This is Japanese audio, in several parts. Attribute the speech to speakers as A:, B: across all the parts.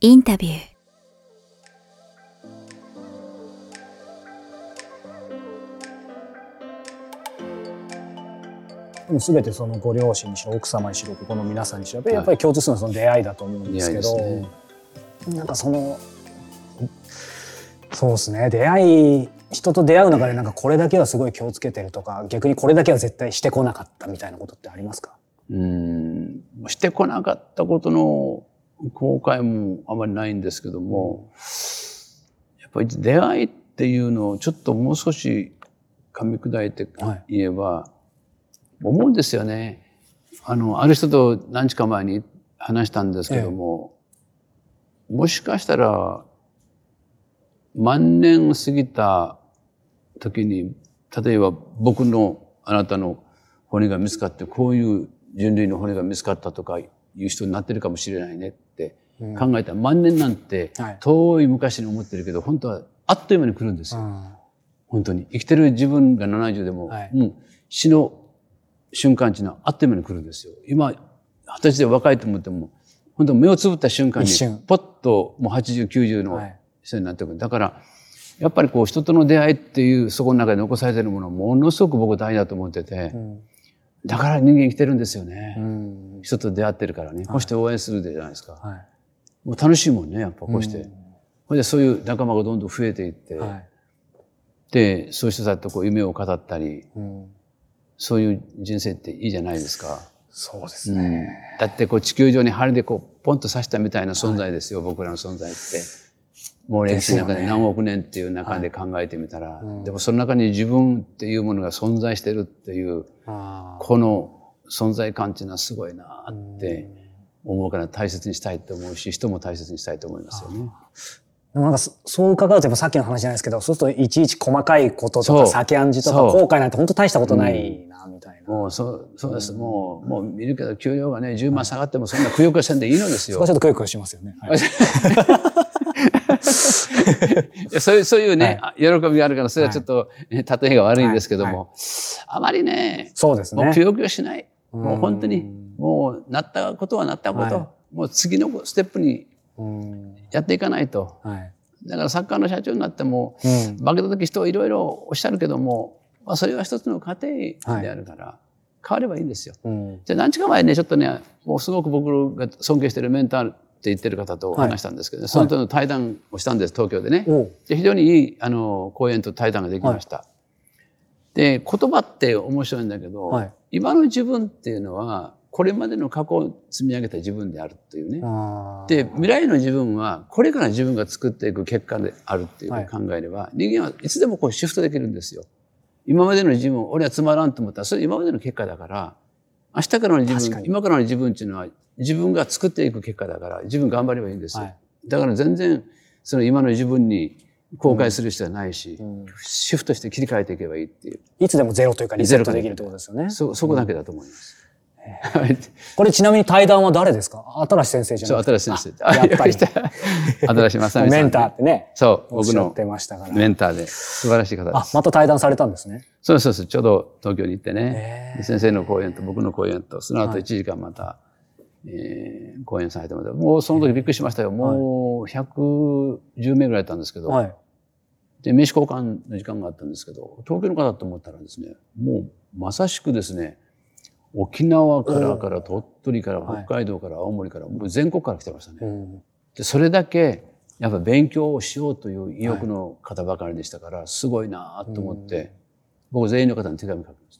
A: インタビュー。
B: でも全てそのご両親にしろ奥様にしろここの皆さんにしろやっぱり共通するのはその出会いだと思うんですけど、なんかそうですね、人と出会う中でなんかこれだけはすごい気をつけてるとか逆にこれだけは絶対してこなかったみたいなことってありますか？
C: してこなかったことの後悔もあまりないんですけども、やっぱり出会いっていうのをちょっともう少し噛み砕いて言えば、思うんですよね。ある人と何日か前に話したんですけども、もしかしたら万年過ぎた時に例えば僕のあなたの骨が見つかってこういう人類の骨が見つかったとかいう人になってるかもしれないねって考えたら、万年なんて遠い昔に思ってるけど本当はあっという間に来るんですよ。本当に生きてる自分が70でも、もう死の瞬間っていうのはあっという間に来るんですよ。今20歳で若いと思っても本当目をつぶった瞬間にポッともう80、90の人になってくる。だからやっぱりこう人との出会いっていうそこの中で残されているものはものすごく僕大事だと思ってて、だから人間生きてるんですよね。人と出会ってるからね。こうして応援するじゃないですか。もう楽しいもんね、やっぱこうして。でそういう仲間がどんどん増えていって、でそういう人たちとこう夢を語ったり、そういう人生っていいじゃないですか。
B: そうですね。
C: だってこう地球上に針でこうポンと刺したみたいな存在ですよ、僕らの存在って。もう歴史の中で何億年っていう中で考えてみたら、でもその中に自分っていうものが存在してるっていう、この存在感っていうのはすごいなって思うから大切にしたいと思うし、人も大切にしたいと思いますよね。
B: でもなんかそう伺うとやっぱさっきの話じゃないですけど、そうするといちいち細かいこととか先暗示とか後悔なんて本当大したことないなみたいな。
C: もうそうです。もう見るけど給料がね10万下がってもそんなくよくよせんでいいのですよ。
B: そこはちょっとくよくよしますよね。
C: そういうね、喜びがあるからそれはちょっと例えが悪いんですけども、あまりね、
B: そうですね。
C: もうくよくよしない。もう本当にもうなったことはなったこと、もう次のステップにやっていかないと。だからサッカーの社長になっても、負けた時人いろいろおっしゃるけども、それは一つの過程であるから、変わればいいんですよ。じゃあ何日か前ね、ちょっとね、もうすごく僕が尊敬しているメンターって言ってる方と話したんですけど、その時の対談をしたんです、東京でね。で非常にいい講演と対談ができました。で、言葉って面白いんだけど、今の自分っていうのは、これまでの過去を積み上げた自分であるっていうね。で、未来の自分は、これから自分が作っていく結果であるっていう考えれば、人間はいつでもこうシフトできるんですよ。今までの自分、俺はつまらんと思ったら、それ今までの結果だから、明日からの自分、今からの自分っていうのは、自分が作っていく結果だから、自分頑張ればいいんですよ。だから全然、その今の自分に後悔する必要はないし、シフトして切り替えていけばいいっていう。
B: いつでもゼロというかリセットできるってことですよね。
C: そこだけだと思います。
B: これちなみに対談は誰ですか？新先生じゃないですか？
C: そう、新先生。やっぱり。新正美さん。
B: メンターってね。
C: そう、僕のメンターで素晴らしい方です。
B: また対談されたんですね。
C: そう。ちょうど東京に行ってね。先生の講演と僕の講演と、その後1時間また、講演されてもらって、もうその時びっくりしましたよ。もう110名ぐらいいたんですけど、で、名刺交換の時間があったんですけど、東京の方だと思ったらですね、もうまさしくですね、沖縄から鳥取から北海道から青森からもう全国から来てましたね。でそれだけやっぱ勉強をしようという意欲の方ばかりでしたから、すごいなと思って、僕全員の方に手紙書きました。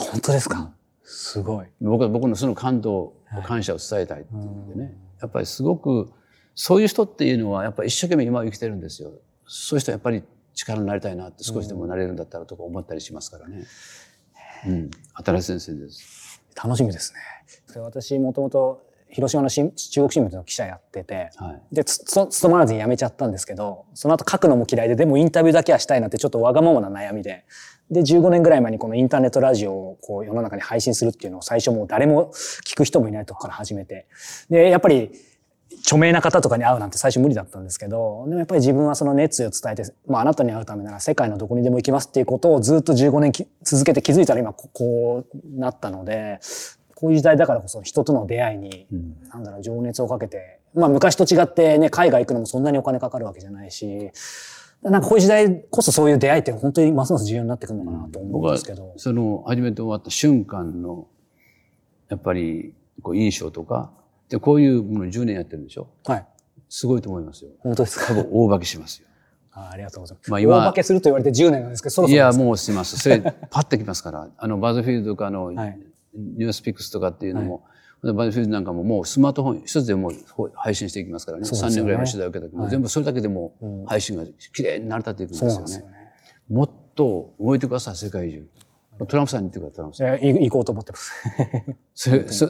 B: 本当ですか？すごい。
C: 僕のその感動、感謝を伝えたいっていうんでね。やっぱりすごくそういう人っていうのはやっぱり一生懸命今を生きてるんですよ。そういう人はやっぱり力になりたいなって少しでもなれるんだったらとか思ったりしますからね。新先生です。
B: 楽しみですね。私もともと広島の中国新聞の記者やってて、で勤まらずに辞めちゃったんですけど、その後書くのも嫌いでもインタビューだけはしたいなってちょっとわがままな悩みで、15年ぐらい前にこのインターネットラジオをこう世の中に配信するっていうのを最初もう誰も聞く人もいないとこから始めて、でやっぱり著名な方とかに会うなんて最初無理だったんですけど、でもやっぱり自分はその熱意を伝えて、あなたに会うためなら世界のどこにでも行きますっていうことをずっと15年続けて気づいたら今こうなったので、こういう時代だからこそ人との出会いに、情熱をかけてまあ昔と違ってね、海外行くのもそんなにお金かかるわけじゃないし、なんかこういう時代こそそういう出会いって本当にますます重要になってくるのかなと思うんですけど。
C: 僕はその初めて終わった瞬間の、やっぱりこう印象とか、で、こういうもの10年やってるんでしょ？はい。すごいと思いますよ。
B: 本当ですか？
C: 多分大化けしますよ。
B: ありがとうございます。まあ今、大化けすると言われて10年なんですけど、そろそろ。
C: いや、もうします。それ、パッときますから。バズフィールドとかニュースピックスとかっていうのも、バズフィールドなんかももうスマートフォン一つでもう配信していきますからね。3年ぐらいの取材を受けた時も、全部それだけでも配信がきれいに成り立っていくんですよね。もっと動いてください、世界中。トランプさんに言ってください、トランプさん。
B: 行こうと思ってます。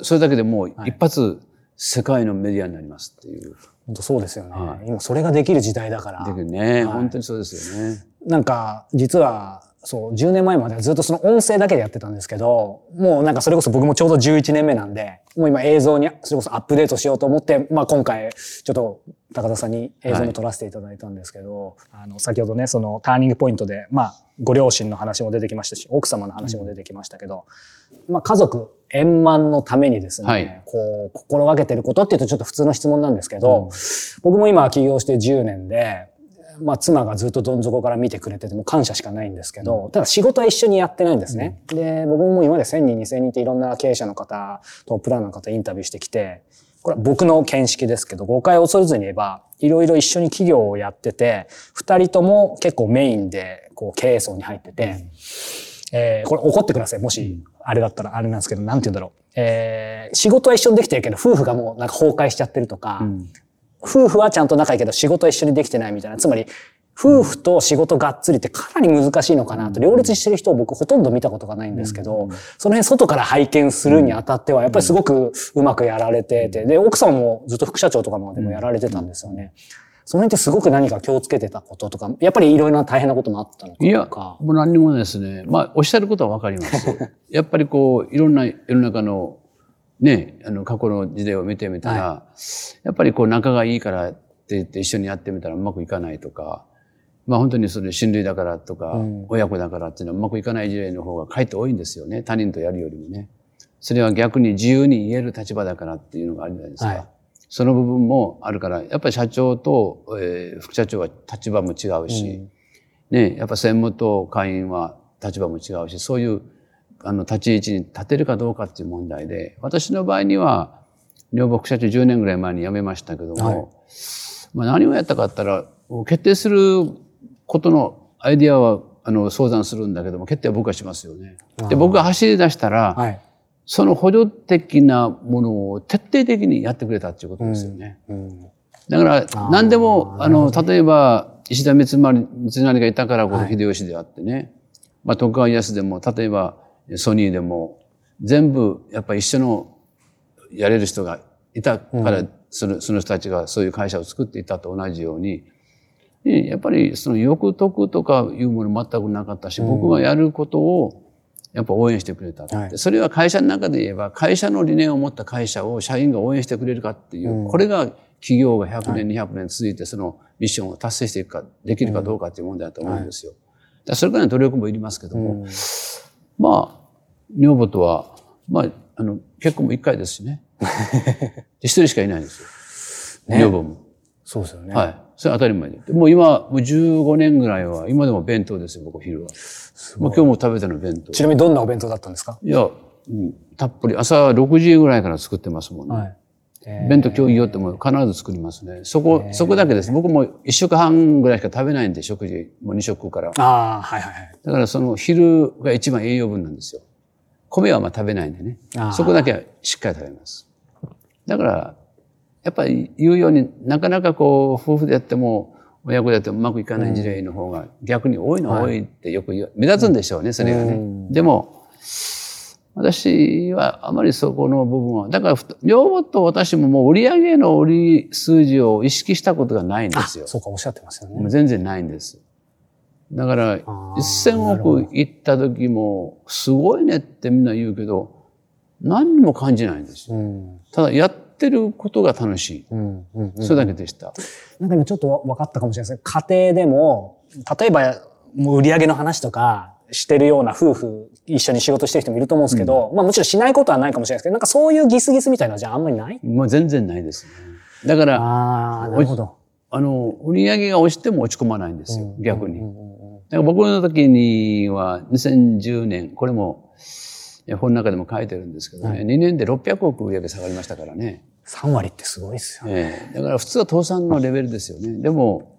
C: それだけでもう一発世界のメディアになりますっていう。
B: 本当そうですよね。今それができる時代だから。
C: できるね。本当にそうですよね。
B: なんか、実は、そう、10年前まではずっとその音声だけでやってたんですけど、もうなんかそれこそ僕もちょうど11年目なんで、もう今映像にそれこそアップデートしようと思って、まあ今回ちょっと高田さんに映像も撮らせていただいたんですけど、先ほどね、そのターニングポイントで、まあご両親の話も出てきましたし、奥様の話も出てきましたけど、まあ家族円満のためにですね、こう心がけてることっていうとちょっと普通の質問なんですけど、僕も今起業して10年で、まあ妻がずっとどん底から見てくれてても感謝しかないんですけど、ただ仕事は一緒にやってないんですね。で、僕も今まで1000人、2000人っていろんな経営者の方、トップランナーの方インタビューしてきて、これは僕の見識ですけど、誤解を恐れずに言えば、いろいろ一緒に企業をやってて、二人とも結構メインでこう経営層に入ってて、これ怒ってください。もし、あれだったらあれなんですけど、なんて言うんだろう。仕事は一緒にできてるけど、夫婦がもうなんか崩壊しちゃってるとか、夫婦はちゃんと仲いいけど仕事は一緒にできてないみたいな。つまり、夫婦と仕事がっつりってかなり難しいのかなと。両立してる人を僕ほとんど見たことがないんですけど、その辺外から拝見するにあたっては、やっぱりすごくうまくやられてて、で、奥さんもずっと副社長とかまでもやられてたんですよね。その辺ってすごく何か気をつけてたこととか、やっぱりいろいろな大変なこともあったのかとか。
C: いや、もう何にもですね。まあ、おっしゃることはわかります。やっぱりこう、いろんな世の中のね、過去の時代を見てみたら、やっぱりこう仲がいいからって言って一緒にやってみたらうまくいかないとか、まあ本当にそれ親類だからとか、親子だからっていうのはうまくいかない事例の方がかえって多いんですよね。他人とやるよりもね。それは逆に自由に言える立場だからっていうのがあるじゃないですか。その部分もあるから、やっぱり社長と、副社長は立場も違うし、ね、やっぱ専務と会員は立場も違うし、そういう立ち位置に立てるかどうかっていう問題で、私の場合には、女房副社長10年ぐらい前に辞めましたけども、まあ何をやったかって言ったら、決定することのアイディアは相談するんだけども、決定は僕がしますよね。で、僕が走り出したら、その補助的なものを徹底的にやってくれたっていうことですよね。だから、何でも、例えば、石田三成がいたからこそ秀吉であってね、まあ徳川家康でも、例えばソニーでも、全部やっぱり一緒のやれる人がいたから、その人たちがそういう会社を作っていたと同じように、やっぱりその欲得とかいうもの全くなかったし、僕がやることをやっぱ応援してくれた。それは会社の中で言えば、会社の理念を持った会社を社員が応援してくれるかっていう、これが企業が100年、200年続いてそのミッションを達成していくか、できるかどうかっていう問題だと思うんですよ。それからの努力もいりますけども、まあ、女房とは、まあ、結婚も1回ですしね。一人しかいないんですよ。女房も。
B: そうですよね。
C: はい。それは当たり前で。もう今、もう15年ぐらいは、今でも弁当ですよ、僕、昼は。もう今日も食べたの弁当。
B: ちなみにどんなお弁当だったんですか？
C: いや、たっぷり。朝6時ぐらいから作ってますもんね。弁当今日いいよっても必ず作りますね。そこだけです。僕も1食半ぐらいしか食べないんで、食事。もう2食から。だからその昼が一番栄養分なんですよ。米はあんま食べないんでね。そこだけはしっかり食べます。だから、やっぱり言うようになかなかこう、夫婦でやっても、親子でやってもうまくいかない事例の方が逆に多いのは多いってよく言う。目立つんでしょうね、それがね。でも、私はあまりそこの部分は、だから、女房と私ももう売上の数字を意識したことがないんですよ。
B: そうか、おっしゃってますよね。
C: もう全然ないんです。だから、1000億行った時も、すごいねってみんな言うけど、何にも感じないんですよ。ただ、やってることが楽しい。それだけでした。
B: なんか今ちょっと分かったかもしれないですね。家庭でも、例えば、もう売上の話とかしてるような夫婦、一緒に仕事してる人もいると思うんですけど、まあもちろんしないことはないかもしれないですけど、なんかそういうギスギスみたいなのはじゃああんまりない？
C: もう全然ないですね。 だから、
B: なるほど。
C: 売り上げが落ちても落ち込まないんですよ、逆に。だから僕の時には2010年、これも本の中でも書いてるんですけどね、2年で600億売り上げ下がりましたからね。
B: 3割ってすごいですよね。
C: だから普通は倒産のレベルですよね。でも、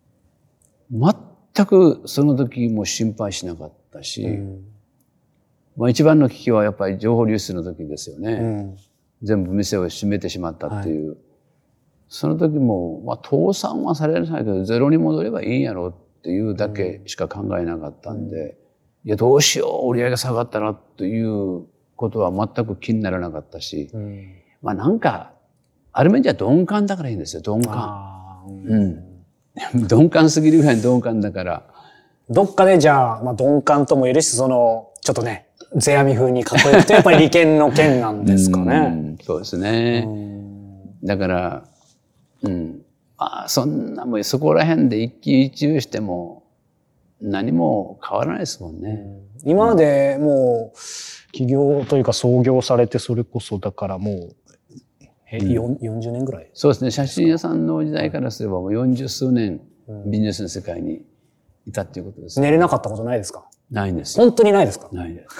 C: 全くその時も心配しなかったし、一番の危機はやっぱり情報流出の時ですよね。全部店を閉めてしまったっていう。その時も、倒産はされないけど、ゼロに戻ればいいんやろっていうだけしか考えなかったんで、いや、どうしよう、売り上げ下がったらということは全く気にならなかったし、なんか、ある面じゃ鈍感だからいいんですよ、鈍感。鈍感すぎるぐらい鈍感だから。
B: どっかでじゃあ、鈍感とも言えるし、ちょっとね、世阿弥風にかっこよくて、やっぱり利権の権なんですかね。
C: そうですね。だから、そんなもうそこら辺で一喜一憂しても何も変わらないですもんね。
B: 今までもう起業というか創業されて、それこそだからもう40年ぐらい？
C: そうですね。写真屋さんの時代からすればもう40数年ビジネスの世界にいたっていうことです。
B: 寝れなかったことないですか？
C: ないんです。
B: 本当にないですか？
C: ないです。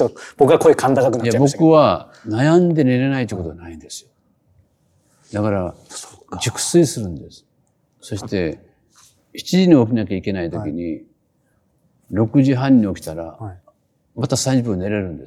B: 僕は声甲高くなっちゃいましたけど。
C: 僕は悩んで寝れないということはないんですよ。だから、熟睡するんです。そして、7時に起きなきゃいけないときに、6時半に起きたら、また30分寝れるんです。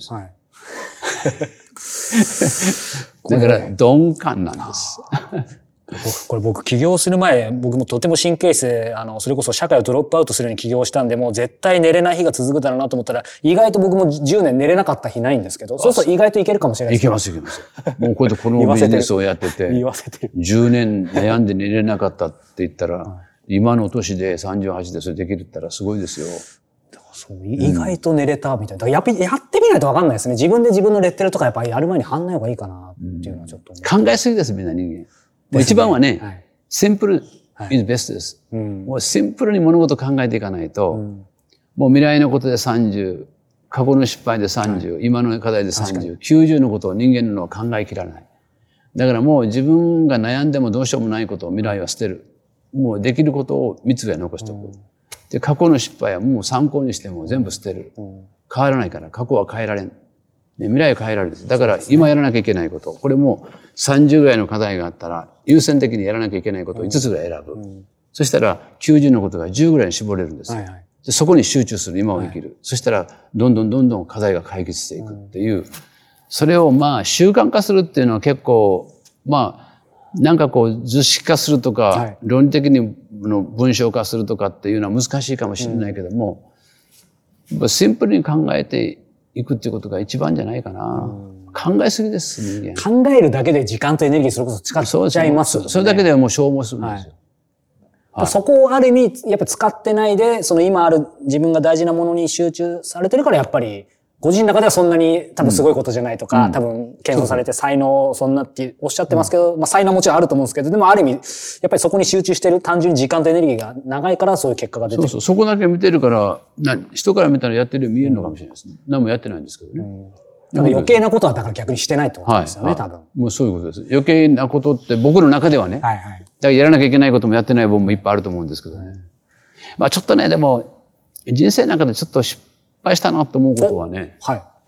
C: だから、鈍感なんです。
B: これ僕起業する前、僕もとても神経質で、それこそ社会をドロップアウトするように起業したんで、もう絶対寝れない日が続くだろうなと思ったら、意外と僕も10年寝れなかった日ないんですけど、そうすると意外といけるかもしれないです。
C: いけます、いけます。もうこのビジネスをやってて、10年悩んで寝れなかったって言ったら、今の年で38でそれできるって言ったらすごいですよ。
B: 意外と寝れたみたいな。やってみないとわかんないですね。自分で自分のレッテルとかやっぱりやる前に貼んない方がいいかなっていうのはちょっと
C: 考えすぎです、みんな人間。一番はね、シンプル is best です。もうシンプルに物事考えていかないと、もう未来のことで30、過去の失敗で30、今の課題で30、90のことを人間のは考えきらない。だからもう自分が悩んでもどうしようもないことを未来は捨てる。もうできることを3つぐらい残しておく。で、過去の失敗はもう参考にしても全部捨てる。変わらないから、過去は変えられん。未来は変えられる。だから今やらなきゃいけないこと。これも30ぐらいの課題があったら、優先的にやらなきゃいけないことを5つぐらい選ぶ。そしたら90のことが10ぐらいに絞れるんですよ。でそこに集中する。今を生きる。そしたらどんどん課題が解決していくっていう。それを習慣化するっていうのは結構、なんか図式化するとか、論理的に文章化するとかっていうのは難しいかもしれないけども、シンプルに考えていくっていうことが一番じゃないかな。考えすぎです、人間。
B: 考えるだけで時間とエネルギーそれこそ使っちゃいますよね。
C: それだけでもう消耗するんですよ。
B: そこをある意味、やっぱ使ってないで、今ある自分が大事なものに集中されてるから、やっぱり、ご自身の中ではそんなに多分すごいことじゃないとか、多分謙遜されて才能そんなっておっしゃってますけど、才能もちろんあると思うんですけど、でもある意味、やっぱりそこに集中してる単純に時間とエネルギーが長いからそういう結果が出てくる。
C: そこだけ見てるから、人から見たらやってるように見えるのかもしれないですね。何もやってないんですけどね。
B: だから余計なことはだから逆にしてないってことですよね、多分。
C: もうそういうことです。余計なことって僕の中ではね、だからやらなきゃいけないこともやってない部分もいっぱいあると思うんですけどね。ちょっとね、でも、人生の中でちょっと失敗したなと思うことはね、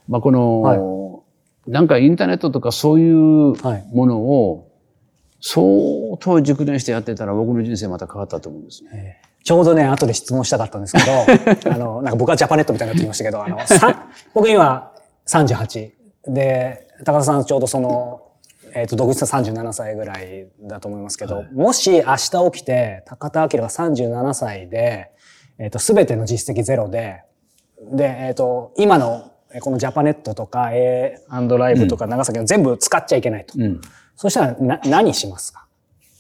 C: なんかインターネットとかそういうものを相当熟練してやってたら僕の人生また変わったと思うんですね。
B: ちょうどね、後で質問したかったんですけど、なんか僕はジャパネットみたいになってきましたけど、僕今38。で、高田さんちょうど独立さん37歳ぐらいだと思いますけど、もし明日起きて、高田明が37歳で、すべての実績ゼロで、今のこのジャパネットとか A&ライブとか長崎の全部使っちゃいけないと。そしたら何しますか？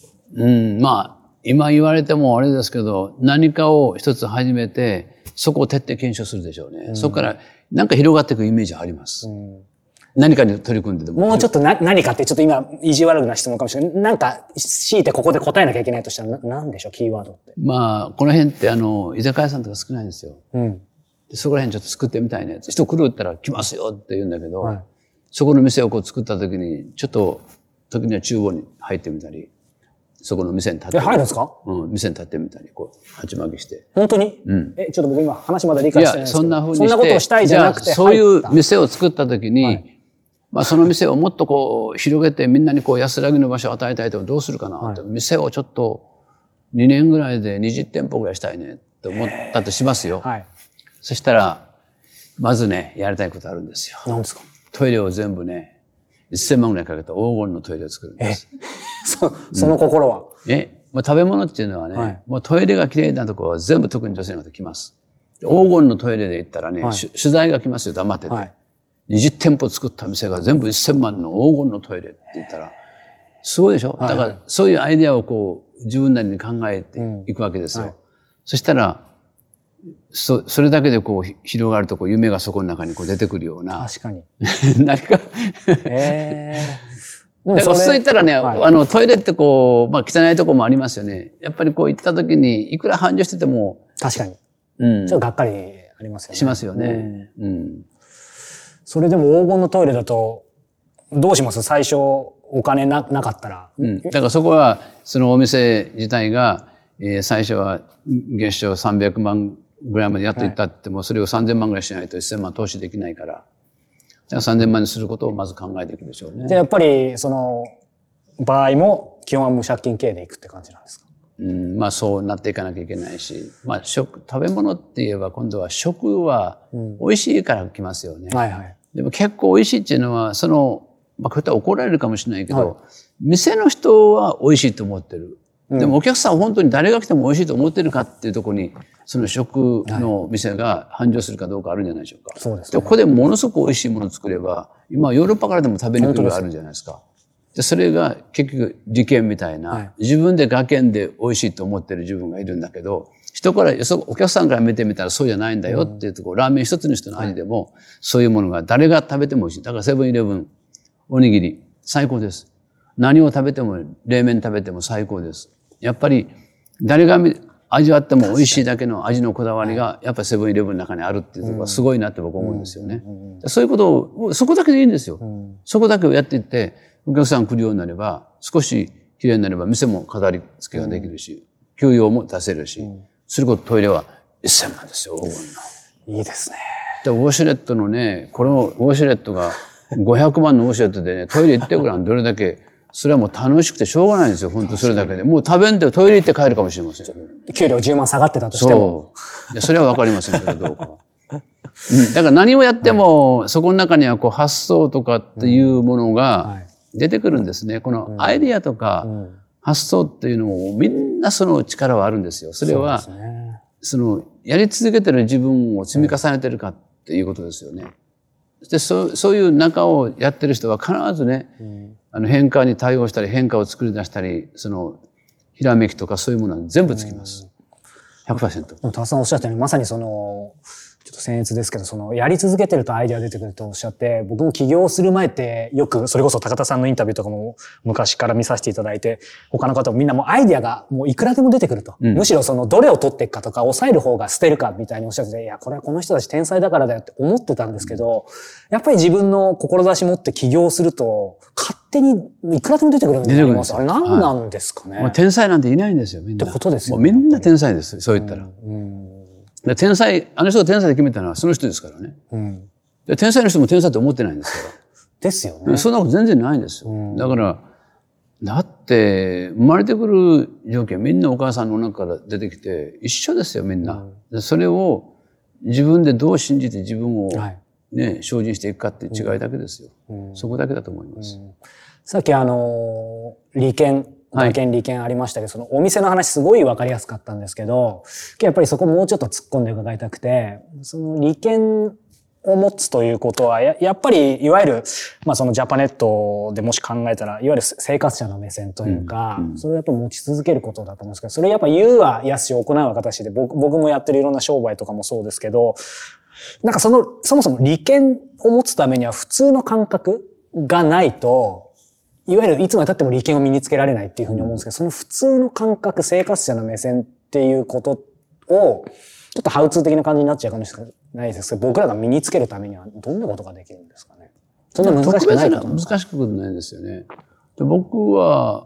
C: 今言われてもあれですけど、何かを一つ始めて、そこを徹底検証するでしょうね。そこからなんか広がっていくイメージあります。何かに取り組んででも。
B: もうちょっと何かってちょっと今意地悪な質問かもしれない。なんか強いてここで答えなきゃいけないとしたら何でしょう、キーワードって。
C: この辺って居酒屋さんとか少ないんですよ。でそこら辺ちょっと作ってみたいね。人来るったら来ますよって言うんだけど、そこの店を作った時に、ちょっと時には厨房に入ってみたり、 そこの店に立って。
B: 入るんですか？
C: 店に立ってみたいに、こう、鉢巻きして。
B: 本当に？ちょっと僕今話まだ理解してないんですけど。
C: いや、そんな風にして。
B: そんなことをしたいじゃなくて。
C: そういう店を作った時に、その店をもっとこう、広げてみんなにこう、安らぎの場所を与えたいとどうするかなって。店をちょっと、2年ぐらいで20店舗ぐらいしたいねって思ったとしますよ。そしたら、まずね、やりたいことあるんですよ。
B: 何ですか？
C: トイレを全部ね、1000万ぐらいかけた黄金のトイレを作るんです。
B: その心は？
C: もう食べ物っていうのはね、もうトイレが綺麗なところは全部特に女性の方来ます。黄金のトイレで行ったらね、取材が来ますよ、黙ってて。20店舗作った店が全部1000万の黄金のトイレって言ったら、すごいでしょ？だからそういうアイデアをこう、自分なりに考えていくわけですよ。そしたら、それだけでこう広がるとこう夢がそこの中にこう出てくるような。
B: 確かに。
C: 何かだからそういったらね、トイレってこう、汚いとこもありますよね。やっぱりこう行った時に、いくら繁盛してても。
B: 確かに。ちょっとがっかりありますよね。
C: しますよね。
B: それでも黄金のトイレだと、どうします？最初、お金なかったら。
C: だからそこは、そのお店自体が、最初は月賞300万ぐらいまでやっていったっても、それを3000万ぐらいしないと1000万投資できないから、3000万にすることをまず考えていくでしょうね。
B: じゃあやっぱり、その、場合も基本は無借金経営でいくって感じなんですか？
C: そうなっていかなきゃいけないし、食べ物って言えば今度は食は美味しいから来ますよね。でも結構美味しいっていうのは、こうやって怒られるかもしれないけど、店の人は美味しいと思ってる。でもお客さんは本当に誰が来ても美味しいと思ってるかっていうところに、その食の店が繁盛するかどうかあるんじゃないでしょうか。
B: そうですね。
C: ここでものすごく美味しいものを作れば、今ヨーロッパからでも食べに来るのがあるんじゃないですか。で、それが結局利権みたいな、自分で我見で美味しいと思ってる自分がいるんだけど、お客さんから見てみたらそうじゃないんだよっていうところ、ラーメン一つの人の味でも、そういうものが誰が食べても美味しい。だからセブンイレブン、おにぎり、最高です。何を食べても、冷麺食べても最高です。やっぱり、誰が味わっても美味しいだけの味のこだわりが、やっぱりセブンイレブンの中にあるっていうところがすごいなって僕思うんですよね。そういうことを、そこだけでいいんですよ。そこだけをやっていって、お客さん来るようになれば、少し綺麗になれば、店も飾り付けができるし、給与も出せるし、することトイレは1000万ですよ、黄金の。
B: いいですね。
C: で、ウォシュレットのね、このウォシュレットが500万のウォシュレットでね、トイレ行ってごらん、どれだけ、それはもう楽しくてしょうがないんですよ、本当それだけで。もう食べんでトイレ行って帰るかもしれません。
B: 給料10万下がってたとしても。
C: そう。それはわかりませんけど、どうか。だから何をやっても、そこの中にはこう発想とかっていうものが出てくるんですね。このアイディアとか発想っていうのもみんなその力はあるんですよ。それは、やり続けてる自分を積み重ねてるかっていうことですよね。で、そういう中をやってる人は必ずね、変化に対応したり変化を作り出したり、ひらめきとかそういうものは全部つきます。100%。
B: 多田さんおっしゃったように、まさにちょっと僭越ですけど、やり続けてるとアイデア出てくるとおっしゃって、僕も起業する前ってよく、それこそ高田さんのインタビューとかも昔から見させていただいて、他の方もみんなもうアイデアがもういくらでも出てくると。むしろどれを取っていくかとか、抑える方が捨てるかみたいにおっしゃってて、いや、これはこの人たち天才だからだよって思ってたんですけど、やっぱり自分の志持って起業すると、勝手にいくらでも出てくるようになります。あれ何なんですかね。
C: 天才なんていないんですよ、みんな。
B: ってことですよね。
C: もうみんな天才です、そう言ったら。天才、あの人が天才で決めたのはその人ですからね。で天才の人も天才と思ってないんですから。
B: ですよね。
C: そんなこと全然ないんですよ。だから、だって、生まれてくる条件みんなお母さんの中から出てきて一緒ですよ、みんな。でそれを自分でどう信じて自分をね、精進していくかっていう違いだけですよ。そこだけだと思います。
B: さっき利権ありましたけど、お店の話すごい分かりやすかったんですけど、やっぱりそこもうちょっと突っ込んで伺いたくて、利権を持つということは、やっぱり、いわゆる、ジャパネットでもし考えたら、いわゆる生活者の目線というか、それをやっぱ持ち続けることだと思うんですけど、それやっぱ言うは易し、行うは形で、僕もやってるいろんな商売とかもそうですけど、なんかそもそも利権を持つためには普通の感覚がないと、いわゆるいつまで経っても利権を身につけられないっていうふうに思うんですけど、その普通の感覚、生活者の目線っていうことを、ちょっとハウツー的な感じになっちゃうかもしれないですけど、僕らが身につけるためにはどんなことができるんですかね。そんな難しくないこと
C: 難しくないですよね。で僕は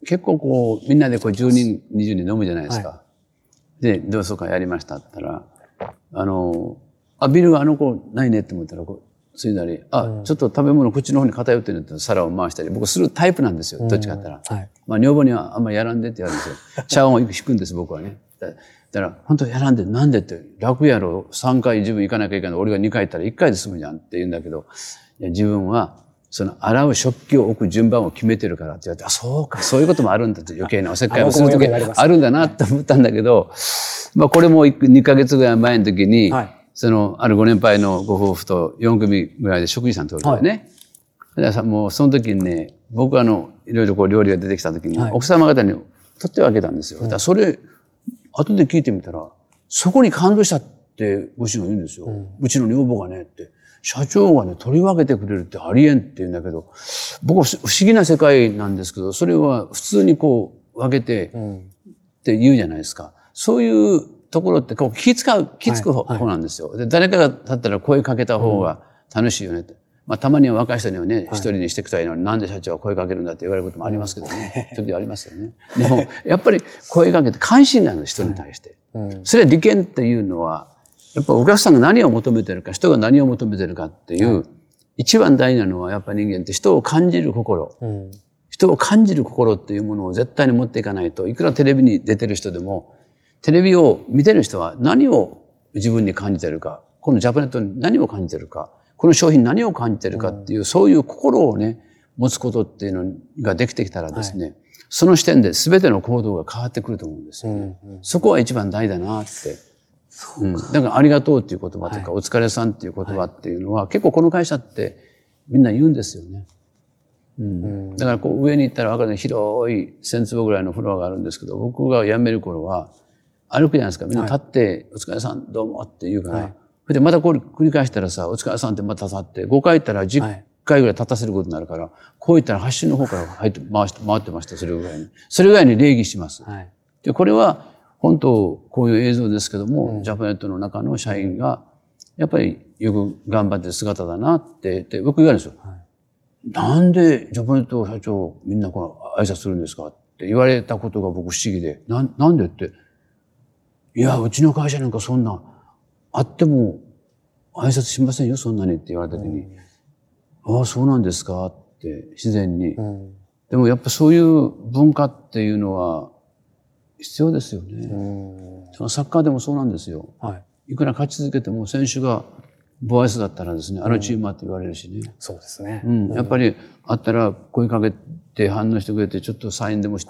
C: 結構こう、みんなでこう10人、20人飲むじゃないですか。で、同窓会やりましたって言ったら、ビールがあの子ないねって思ったら、こう、ついだり、ちょっと食べ物口の方に偏ってるって皿を回したり、僕するタイプなんですよ。どっちかって言ったら。まあ、女房にはあんまりやらんでって言われるんですよ。茶碗を引くんです、僕はね。だから、本当やらんで、なんでって、楽やろ、3回自分行かなきゃいけない。俺が2回行ったら1回で済むじゃんって言うんだけど、いや自分は、洗う食器を置く順番を決めてるからって言われて、そうか、そういうこともあるんだって余計なおせっかいをするときあるんだなって思ったんだけど、まあこれも2ヶ月ぐらい前の時に、あるご年配のご夫婦と4組ぐらいで食事さんとおるからね。だからもうその時にね、僕いろいろこう料理が出てきた時に、奥様方に取って分けたんですよ。だからそれ、後で聞いてみたら、そこに感動したってご主人が言うんですよ。うちの女房がねって。社長がね、取り分けてくれるってありえんって言うんだけど、僕は不思議な世界なんですけど、それは普通にこう分けてって言うじゃないですか。そういうところってこう気つく方なんですよ。で誰かが立ったら声かけた方が楽しいよねって。まあたまには若い人にはね、一人にしてくたいのになんで社長は声かけるんだって言われることもありますけどね。時々ありますよね。でも、やっぱり声かけて関心がある人に対して。それは利権っていうのは、やっぱお客さんが何を求めてるか、人が何を求めてるかっていう、一番大事なのはやっぱ人間って人を感じる心。人を感じる心っていうものを絶対に持っていかないと、いくらテレビに出てる人でも、テレビを見てる人は何を自分に感じてるか、このジャパネットに何を感じてるか、この商品何を感じてるかっていう、そういう心をね、持つことっていうのができてきたらですね、その視点で全ての行動が変わってくると思うんですよね。そこは一番大事だなって。だからありがとうっていう言葉とか、お疲れさんっていう言葉っていうのは、結構この会社ってみんな言うんですよね。だからこう上に行ったら分かるように広い1000坪ぐらいのフロアがあるんですけど、僕が辞める頃は歩くじゃないですか。みんな立って、お疲れさんどうもって言うから、それでまたこれ繰り返したらさ、お疲れさんってまた立って、5回行ったら10回ぐらい立たせることになるから、こう言ったら発信の方から回ってました、それぐらいに。それぐらいに礼儀します。で、これは、本当、こういう映像ですけども、ジャパネットの中の社員が、やっぱりよく頑張ってる姿だなって僕言われるんですよ。なんでジャパネット社長みんなこの挨拶するんですかって言われたことが僕不思議で、なんでって、いや、うちの会社なんかそんな、あっても挨拶しませんよ、そんなにって言われた時に、ああ、そうなんですかって自然に。でもやっぱそういう文化っていうのは、必要ですよね。そのサッカーでもそうなんですよ。いくら勝ち続けても選手がボアイスだったらですね、あのチームはって言われるしね。
B: そうですね。
C: やっぱりあったら声かけて反応してくれて、ちょっとサインでもして、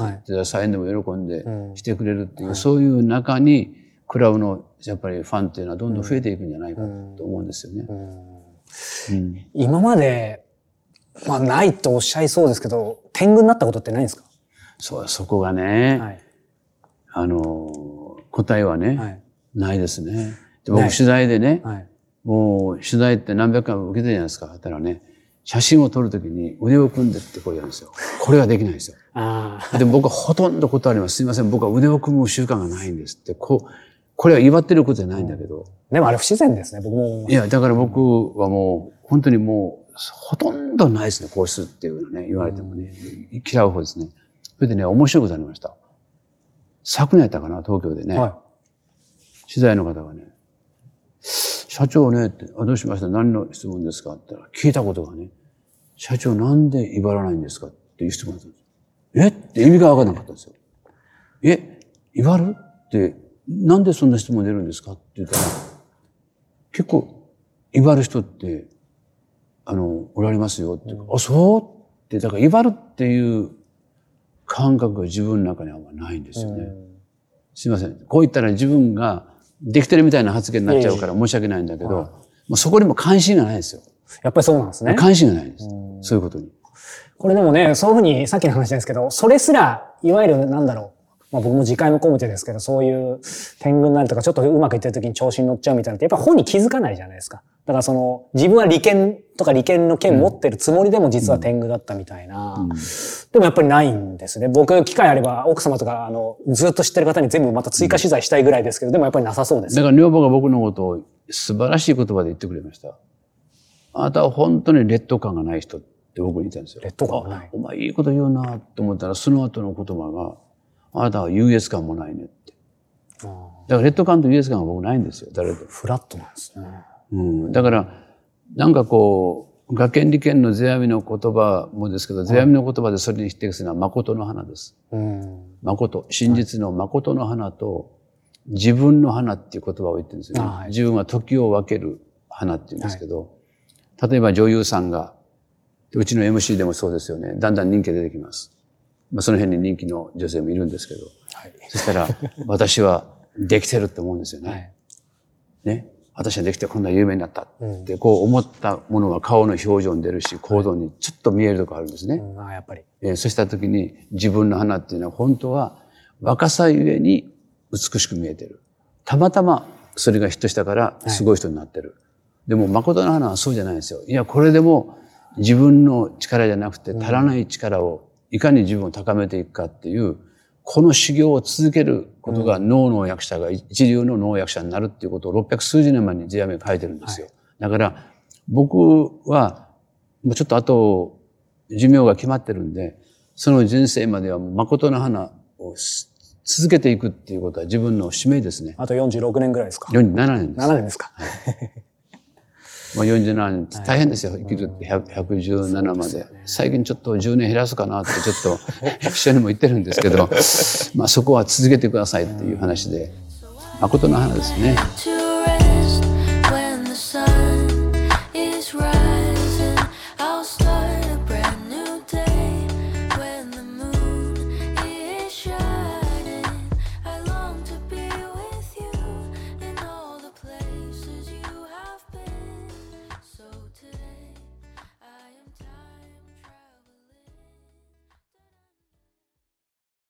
C: サインでも喜んでしてくれるっていう、そういう中にクラブのやっぱりファンっていうのはどんどん増えていくんじゃないかと思うんですよね。
B: 今まで、まあないとおっしゃいそうですけど、天狗になったことってないんですか？
C: そこがね。答えはね、ないですね。で僕取材でね、もう取材って何百回も受けてるじゃないですか。だったらね、写真を撮るときに腕を組んでってこれやるんですよ。これができないんですよ。で僕はほとんど断ります。すいません、僕は腕を組む習慣がないんですって。これは祝ってることじゃないんだけど。
B: でもあれ不自然ですね、僕も。
C: いや、だから僕はもう、本当にもう、ほとんどないですね、皇室っていうのね、言われてもね。嫌う方ですね。それでね、面白いことありました。昨年やったかな、東京でね。取材の方がね、社長ねって、どうしました？何の質問ですかって言ったら、聞いたことがね、社長なんで威張らないんですかっていう質問だったんです。えって意味がわからなかったんですよ。威張るって、なんでそんな質問出るんですかって言ったら、結構、威張る人って、おられますよって。そうって、だから威張るっていう感覚が自分の中にはあんまないんですよね。すいません。こう言ったら自分ができてるみたいな発言になっちゃうから申し訳ないんだけど、もうそこにも関心がないですよ。
B: やっぱりそうなんですね。
C: 関心がないんです。そういうことに。
B: これでもね、そういうふうに、さっきの話ですけど、それすら、いわゆるなんだろう。まあ僕も自戒も込めてですけど、そういう天狗になるとか、ちょっとうまくいってる時に調子に乗っちゃうみたいなって、やっぱ本に気づかないじゃないですか。だから自分は利権とか利権の権持ってるつもりでも実は天狗だったみたいな。でもやっぱりないんですね。僕、機会あれば奥様とか、ずっと知ってる方に全部また追加取材したいぐらいですけど、でもやっぱりなさそうです。
C: だから女房が僕のことを素晴らしい言葉で言ってくれました。あなたは本当に劣等感がない人ってって僕に言ったんですよ。
B: 劣等感はない。
C: お前いいこと言うなと思ったら、その後の言葉が、あなたは優越感もないねって。だから劣等感と優越感が僕ないんですよ、誰と。
B: フラットなんですね。
C: だから、なんかこう、学研理研の世阿弥の言葉もですけど、世阿弥の言葉でそれに匹敵するのは誠の花です。誠、真実の誠の花と、自分の花っていう言葉を言ってるんですよね。自分は時を分ける花っていうんですけど、例えば女優さんが、うちの MC でもそうですよね。だんだん人気が出てきます。その辺に人気の女性もいるんですけど、そしたら、私はできてるって思うんですよね。ね。私はできてこんな有名になったってこう思ったものは顔の表情に出るし、行動にちょっと見えるとこあるんですね。
B: やっぱり。
C: そうした時に自分の花っていうのは本当は若さゆえに美しく見えてる。たまたまそれがヒットしたからすごい人になってる。でも誠の花はそうじゃないんですよ。いや、これでも自分の力じゃなくて足らない力をいかに自分を高めていくかっていう、この修行を続けることが脳の薬者が一流の脳薬者になるっていうことを600数十年前に世阿弥が書いてるんですよ。だから僕はもうちょっと後寿命が決まってるんで、その人生までは誠の花を続けていくっていうことは自分の使命ですね。
B: あと46年ぐらいですか
C: ？47年です。
B: 7年ですか。
C: 47年大変ですよ。生きるって117まで。最近ちょっと10年減らすかなってちょっと一緒にも言ってるんですけど、そこは続けてくださいっていう話で、誠の花ですね。